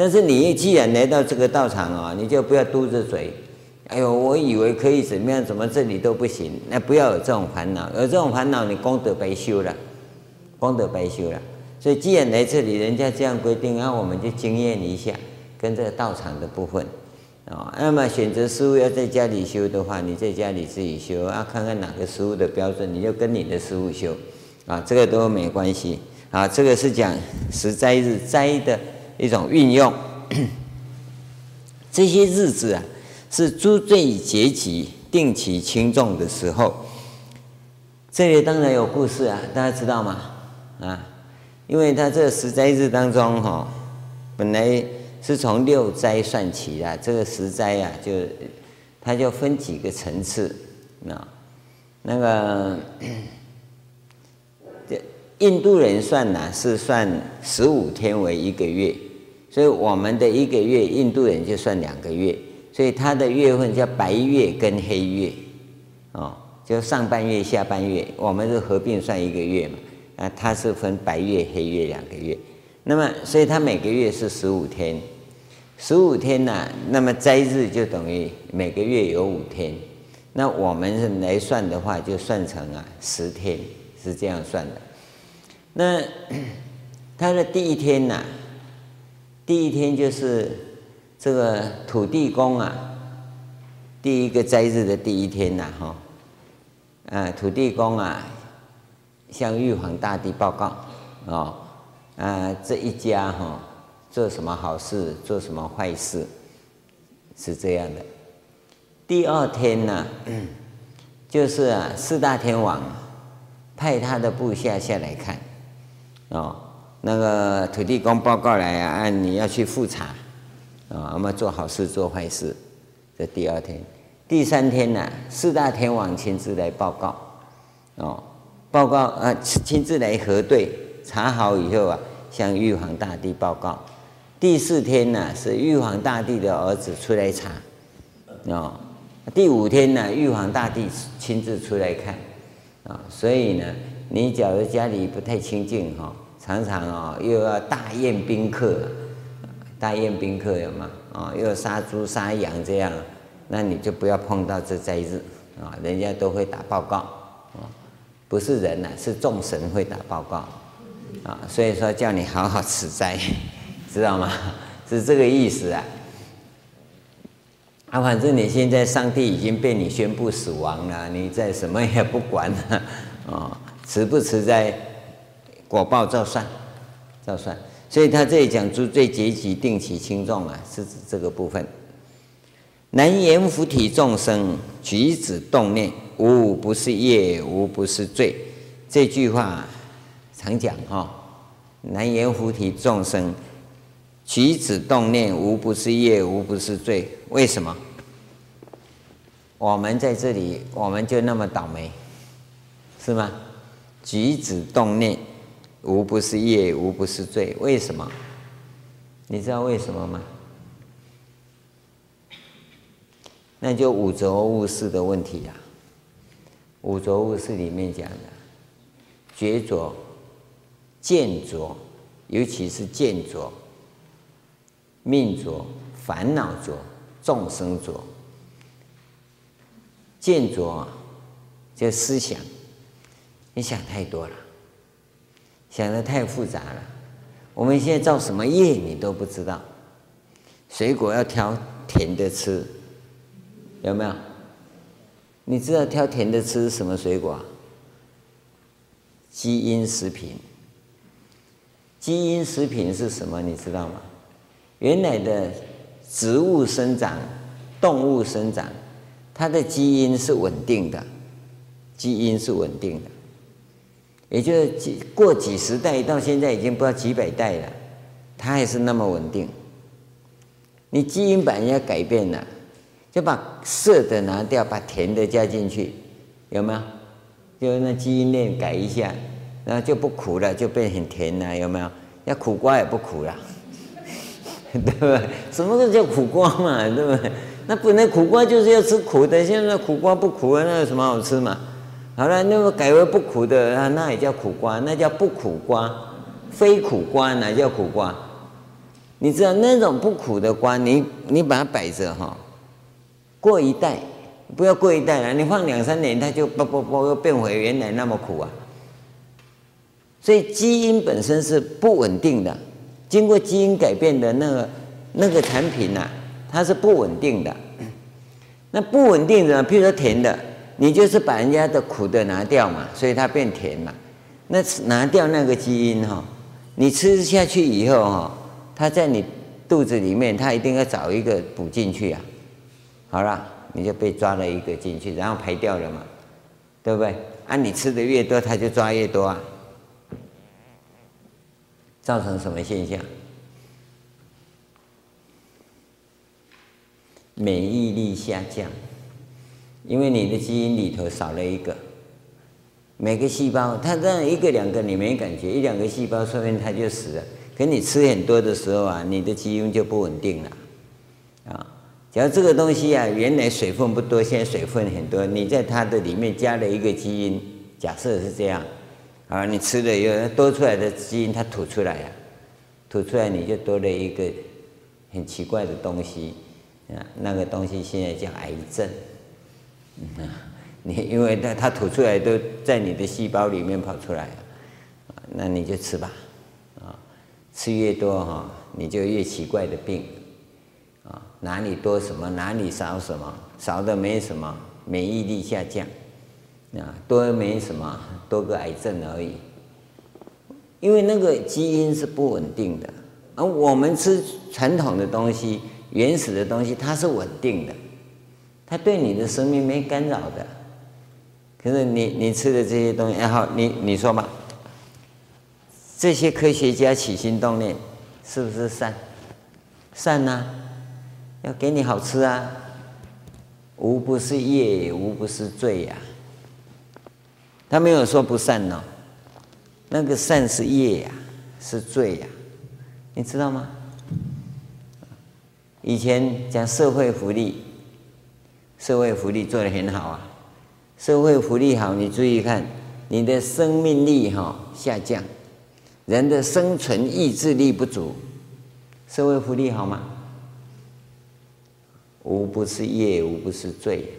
但是你既然来到这个道场啊，你就不要嘟着嘴，哎呦，我以为可以怎么样，怎么这里都不行？那不要有这种烦恼，有这种烦恼，你功德白修了，功德白修了。所以既然来这里，人家这样规定，那我们就经验一下，跟这个道场的部分。哦，那么选择师父要在家里修的话，你在家里自己修啊，看看哪个师父的标准，你就跟你的师父修，啊，这个都没关系啊。这个是讲十斋日斋的一种运用，这些日子啊，是诸罪结集、定期轻重的时候。这里当然有故事啊，大家知道吗？啊，因为他这十斋日当中，哈、哦，本来是从六斋算起的，这个十斋啊，就它就分几个层次啊。那个印度人算呢、啊，是算十五天为一个月，所以我们的一个月，印度人就算两个月，所以它的月份叫白月跟黑月，哦，就上半月、下半月，我们是合并算一个月嘛，啊，它是分白月、黑月两个月。那么，所以它每个月是十五天，十五天呢、啊，那么斋日就等于每个月有五天。那我们来算的话，就算成啊十天，是这样算的。那它的第一天呢、啊，第一天就是这个土地公啊，第一个斋日的第一天呐、啊，哈，啊，土地公啊，向玉皇大帝报告哦。啊，这一家哈、哦、做什么好事，做什么坏事，是这样的。第二天呢，就是啊四大天王派他的部下下来看，哦，那个土地公报告来啊，按你要去复查，啊、哦，那么做好事做坏事，这第二天。第三天呢，四大天王亲自来报告，哦，报告啊，亲自来核对。查好以后啊，向玉皇大帝报告。第四天呢、啊，是玉皇大帝的儿子出来查，哦。第五天呢、啊，玉皇大帝亲自出来看，啊、哦，所以呢，你假如家里不太清净哈、哦，常常哦又要大宴宾客，大宴宾客有吗？啊、哦，又杀猪杀羊这样，那你就不要碰到这斋日啊、哦，人家都会打报告啊、哦，不是人呐、啊，是众神会打报告。啊，所以说叫你好好持斋，知道吗？是这个意思啊。啊，反正你现在上帝已经被你宣布死亡了，你再什么也不管了，哦，持不持斋，果报照算，照算。所以他这里讲诸罪结集、定期轻重啊，是指这个部分。南阎浮提众生举止动念，无不是业，无不是罪。这句话常讲哈，南阎浮提众生举止动念，无不是业，无不是罪。为什么？我们在这里，我们就那么倒霉，是吗？举止动念，无不是业，无不是罪。为什么？你知道为什么吗？那就五浊恶世的问题啊。五浊恶世里面讲的觉浊、见浊，尤其是见浊、命浊、烦恼浊、众生浊。见浊就思想，你想太多了，想得太复杂了。我们现在造什么业你都不知道，水果要挑甜的吃，有没有？你知道挑甜的吃是什么水果？基因食品。基因食品是什么？你知道吗？原来的植物生长、动物生长，它的基因是稳定的，基因是稳定的，也就是几过几十代到现在已经不知道几百代了，它还是那么稳定。你基因把人家改变了，就把涩的拿掉，把甜的加进去，有没有？就那基因链改一下，然后就不苦了，就变很甜了，有没有？那苦瓜也不苦了，对不对？什么叫苦瓜嘛，对不对？那本来苦瓜就是要吃苦的，现在苦瓜不苦了，那有什么好吃嘛？好了，那么改为不苦的啊，那也叫苦瓜，那叫不苦瓜，非苦瓜哪叫苦瓜？ 你知道那种不苦的瓜，你你把它摆着哈，过一代，不要过一代了，你放两三年，它就啵啵啵又变回原来那么苦啊。所以基因本身是不稳定的，经过基因改变的那个那个产品啊，它是不稳定的。那不稳定的，譬如说甜的，你就是把人家的苦的拿掉嘛，所以它变甜嘛。那拿掉那个基因哈，你吃下去以后哈，它在你肚子里面，它一定要找一个补进去啊。好了，你就被抓了一个进去，然后排掉了嘛，对不对？啊，你吃的越多，它就抓越多啊，造成什么现象？免疫力下降，因为你的基因里头少了一个。每个细胞，它这样一个两个你没感觉，一两个细胞说不定它就死了。可你吃很多的时候啊，你的基因就不稳定了啊。假如这个东西啊，原来水分不多，现在水分很多，你在它的里面加了一个基因，假设是这样，啊，你吃了有多出来的基因，它吐出来啊，吐出来你就多了一个很奇怪的东西啊，那个东西现在叫癌症，嗯啊。你因为它它吐出来都在你的细胞里面跑出来，啊，那你就吃吧，啊，吃越多哈，你就越奇怪的病，啊，哪里多什么，哪里少什么，少的没什么，免疫力下降，啊，多没什么，多个癌症而已。因为那个基因是不稳定的，而我们吃传统的东西、原始的东西，它是稳定的，它对你的生命没干扰的。可是你你吃的这些东西，然后你你说嘛，这些科学家起心动念，是不是善？善啊，要给你好吃啊，无不是业，无不是罪呀、啊。他没有说不善哦，那个善是业呀、啊，是罪呀、啊，你知道吗？以前讲社会福利，社会福利做得很好啊。社会福利好，你注意看，你的生命力哈下降，人的生存意志力不足，社会福利好吗？无不是业，无不是罪。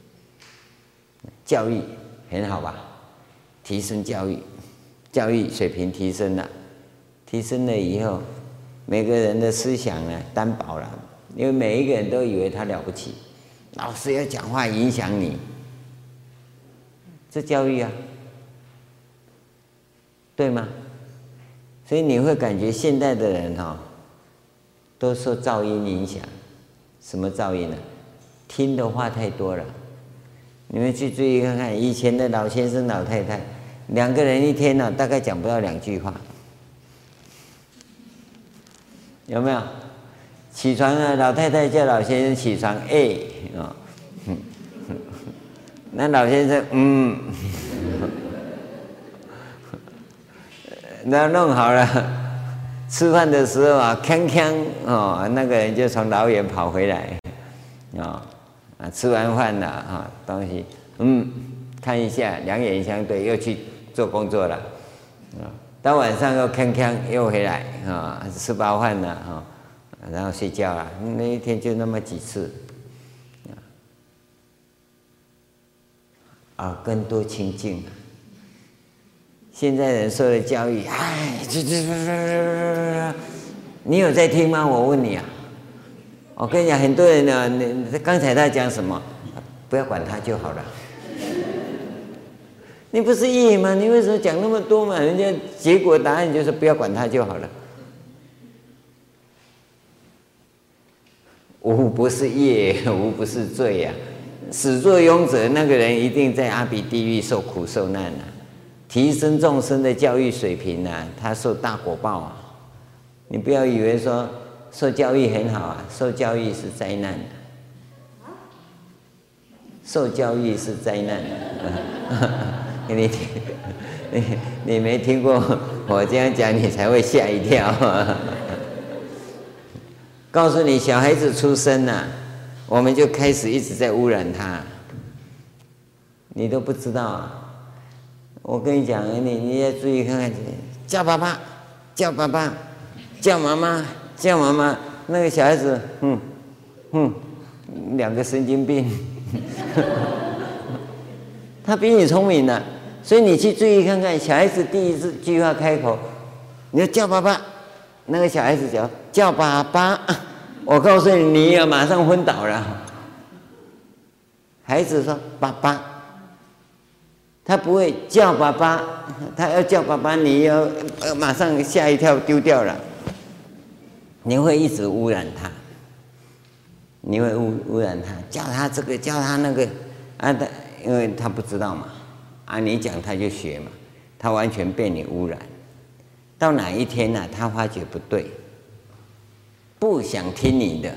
教育很好吧？提升教育，教育水平提升了，提升了以后，每个人的思想呢单薄了，因为每一个人都以为他了不起，老师要讲话影响你。这教育啊，对吗？所以你会感觉现代的人哈、哦，都受噪音影响。什么噪音呢、啊？听的话太多了。你们去注意看看，以前的老先生、老太太，两个人一天呢、啊，大概讲不到两句话，有没有？起床了，老太太叫老先生起床，哎啊。哦那老先生，嗯，那弄好了，吃饭的时候啊，锵锵哦，那个人就从老远跑回来，啊、哦、啊，吃完饭了啊、哦，东西，嗯，看一下，两眼相对，又去做工作了，啊、哦，到晚上又锵锵又回来啊、哦，吃饱饭了啊、哦，然后睡觉了，那一天就那么几次。啊，更多清净啊！现在人受的教育，哎，这这这，你有在听吗？我问你啊，我跟你讲，很多人呢，你刚才他讲什么？不要管他就好了。你不是业吗？你为什么讲那么多嘛？人家结果答案就是不要管他就好了。无不是业，无不是罪呀、啊。始作俑者那个人一定在阿鼻地狱受苦受难啊，提升众生的教育水平啊，他受大果报啊！你不要以为说受教育很好啊，受教育是灾难、啊，受教育是灾难、啊。你你你没听过我这样讲，你才会吓一跳、啊。告诉你，小孩子出生啊。我们就开始一直在污染它，你都不知道啊！我跟你讲，你你要注意看看，叫爸爸，叫爸爸，叫妈妈， 叫妈妈，那个小孩子，嗯，嗯，两个神经病，他比你聪明呢、啊，所以你去注意看看，小孩子第一次句话开口，你要叫爸爸，那个小孩子叫叫爸爸，我告诉你，你要马上昏倒了。孩子说爸爸，他不会叫爸爸，他要叫爸爸，你要呃马上吓一跳丢掉了。你会一直污染他，你会污污染他，叫他这个叫他那个啊，他因为他不知道嘛，啊你讲他就学嘛，他完全被你污染。到哪一天呢、啊，他发觉不对，不想听你的，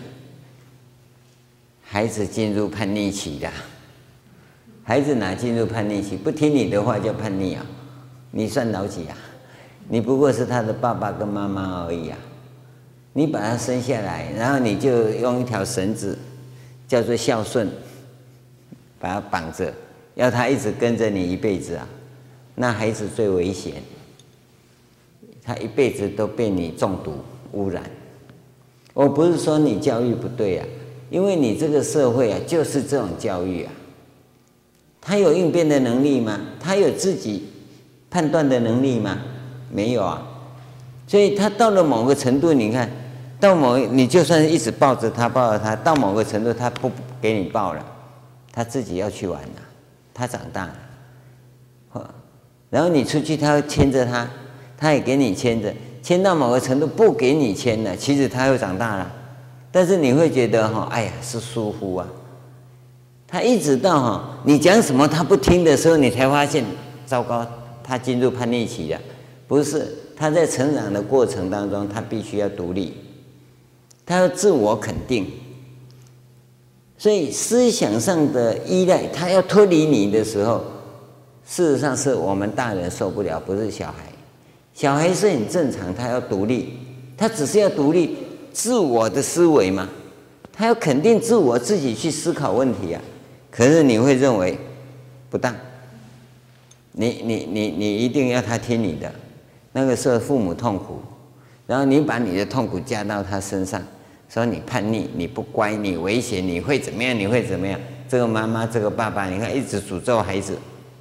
孩子进入叛逆期的。孩子哪进入叛逆期？不听你的话叫叛逆啊！你算老几啊？你不过是他的爸爸跟妈妈而已啊！你把他生下来，然后你就用一条绳子，叫做孝顺，把他绑着，要他一直跟着你一辈子啊！那孩子最危险，他一辈子都被你中毒污染。我不是说你教育不对啊，因为你这个社会啊，就是这种教育啊。他有应变的能力吗？他有自己判断的能力吗？没有啊。所以他到了某个程度，你看到某你就算一直抱着他抱着他，到某个程度他不给你抱了，他自己要去玩了，他长大了。然后你出去，他会牵着他，他也给你牵着，牵到某个程度不给你牵了，其实他又长大了。但是你会觉得哈，哎呀是疏忽啊。他一直到哈你讲什么他不听的时候，你才发现糟糕，他进入叛逆期了。不是，他在成长的过程当中，他必须要独立，他要自我肯定。所以思想上的依赖，他要脱离你的时候，事实上是我们大人受不了，不是小孩。小孩是很正常，他要独立，他只是要独立自我的思维嘛，他要肯定自我，自己去思考问题啊。可是你会认为不当，你你你你一定要他听你的，那个时候父母痛苦，然后你把你的痛苦加到他身上，说你叛逆，你不乖，你危险，你会怎么样？你会怎么样？这个妈妈，这个爸爸，你看一直诅咒孩子，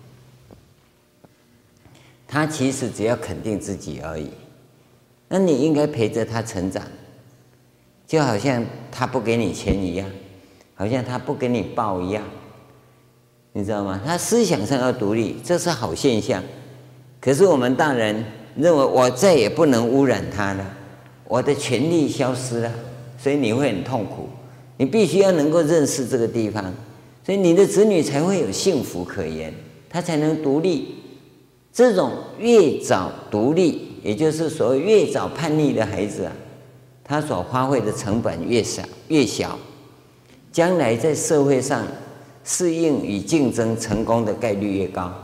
他其实只要肯定自己而已。那你应该陪着他成长，就好像他不给你钱一样，好像他不给你抱一样。你知道吗？他思想上要独立，这是好现象。可是我们大人认为我再也不能污染他了，我的权利消失了，所以你会很痛苦。你必须要能够认识这个地方，所以你的子女才会有幸福可言，他才能独立。这种越早独立，也就是所谓越早叛逆的孩子啊，他所花费的成本越少越小，将来在社会上适应与竞争成功的概率越高。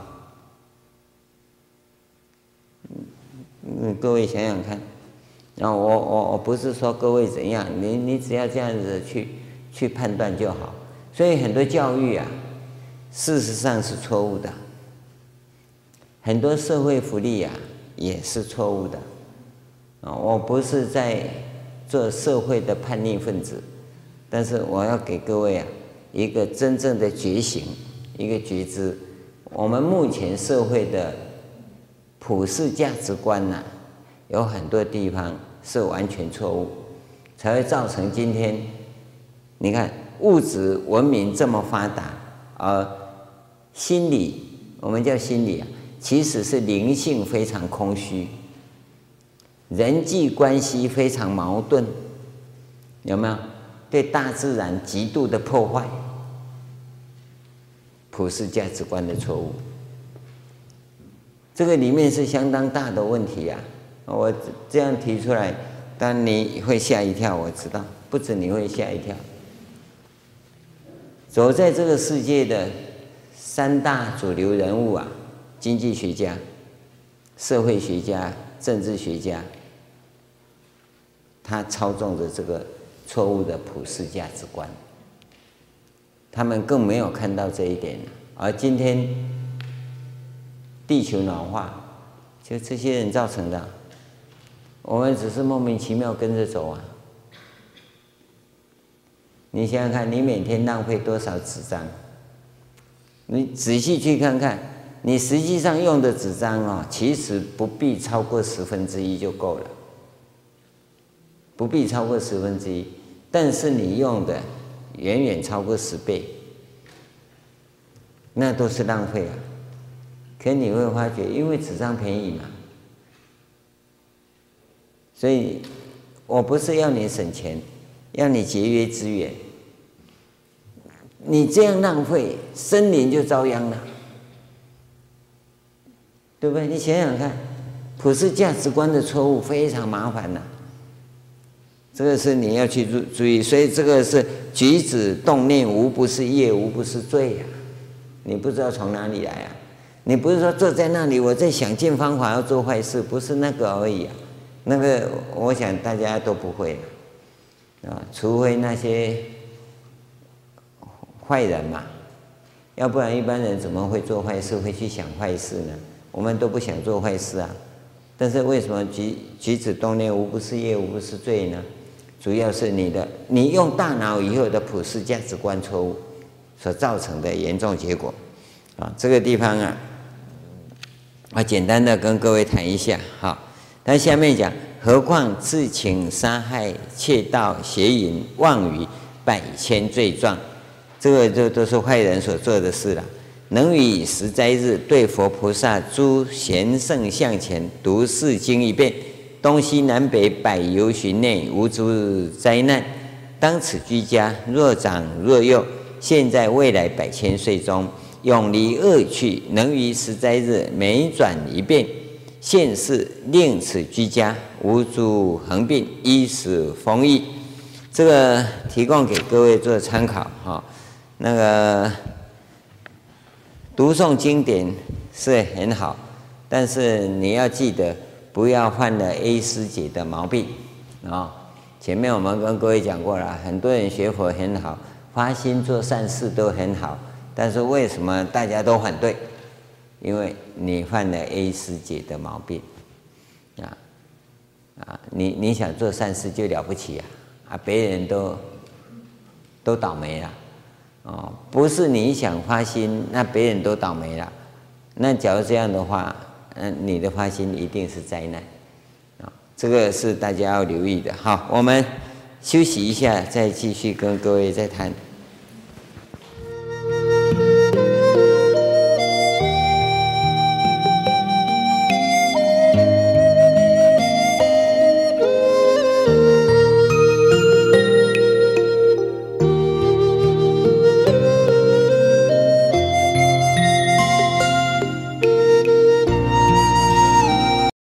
嗯，各位想想看，然后我我我不是说各位怎样，你你只要这样子去去判断就好。所以很多教育啊，事实上是错误的，很多社会福利啊也是错误的。啊，我不是在做社会的叛逆分子，但是我要给各位啊一个真正的觉醒，一个觉知。我们目前社会的普世价值观呐、啊，有很多地方是完全错误，才会造成今天你看物质文明这么发达，而心理我们叫心理啊，其实是灵性非常空虚，人际关系非常矛盾，有没有？对大自然极度的破坏，普世价值观的错误，这个里面是相当大的问题啊！我这样提出来，但你会吓一跳，我知道，不止你会吓一跳。走在这个世界的三大主流人物啊，经济学家、社会学家、政治学家，他操纵着这个错误的普世价值观，他们更没有看到这一点。而今天地球暖化，就这些人造成的。 我们只是莫名其妙跟着走啊。你想想看，你每天浪费多少纸张？你仔细去看看，你实际上用的纸张啊，其实不必超过十分之一就够了，不必超过十分之一，但是你用的远远超过十倍，那都是浪费啊。可你会发觉，因为纸张便宜嘛，所以我不是要你省钱，要你节约资源。你这样浪费，森林就遭殃了，对不对？你想想看，普世价值观的错误非常麻烦呐、啊，这个是你要去注注意。所以这个是举止动念无不是业，无不是罪呀、啊。你不知道从哪里来啊？你不是说坐在那里，我在想尽方法要做坏事，不是那个而已啊。那个我想大家都不会啊，除非那些坏人嘛，要不然一般人怎么会做坏事，会去想坏事呢？我们都不想做坏事啊，但是为什么举举止动念无不是业，无不是罪呢？主要是你的你用大脑以后的普世价值观错误所造成的严重结果啊。这个地方啊，我简单的跟各位谈一下哈。但下面讲，何况自请杀害、窃盗、邪淫、妄语，百千罪状。这个就都是坏人所做的事了。能于十斋日对佛菩萨诸贤圣像前读四经一遍，东西南北百由旬内无诸灾难。当此居家，若长若幼，现在未来百千岁中，永离恶趣，能于十斋日每转一遍，现世令此居家无诸横病，依此丰益。这个提供给各位做参考哈。那个读诵经典是很好，但是你要记得不要犯了 A 师姐的毛病啊、哦！前面我们跟各位讲过了，很多人学佛很好，发心做善事都很好，但是为什么大家都反对？因为你犯了 A 师姐的毛病啊啊！你你想做善事就了不起啊啊！别人都都倒霉了。哦，不是你想发心，那别人都倒霉了。那假如这样的话，嗯，你的发心一定是灾难啊、哦！这个是大家要留意的。好，我们休息一下，再继续跟各位再谈。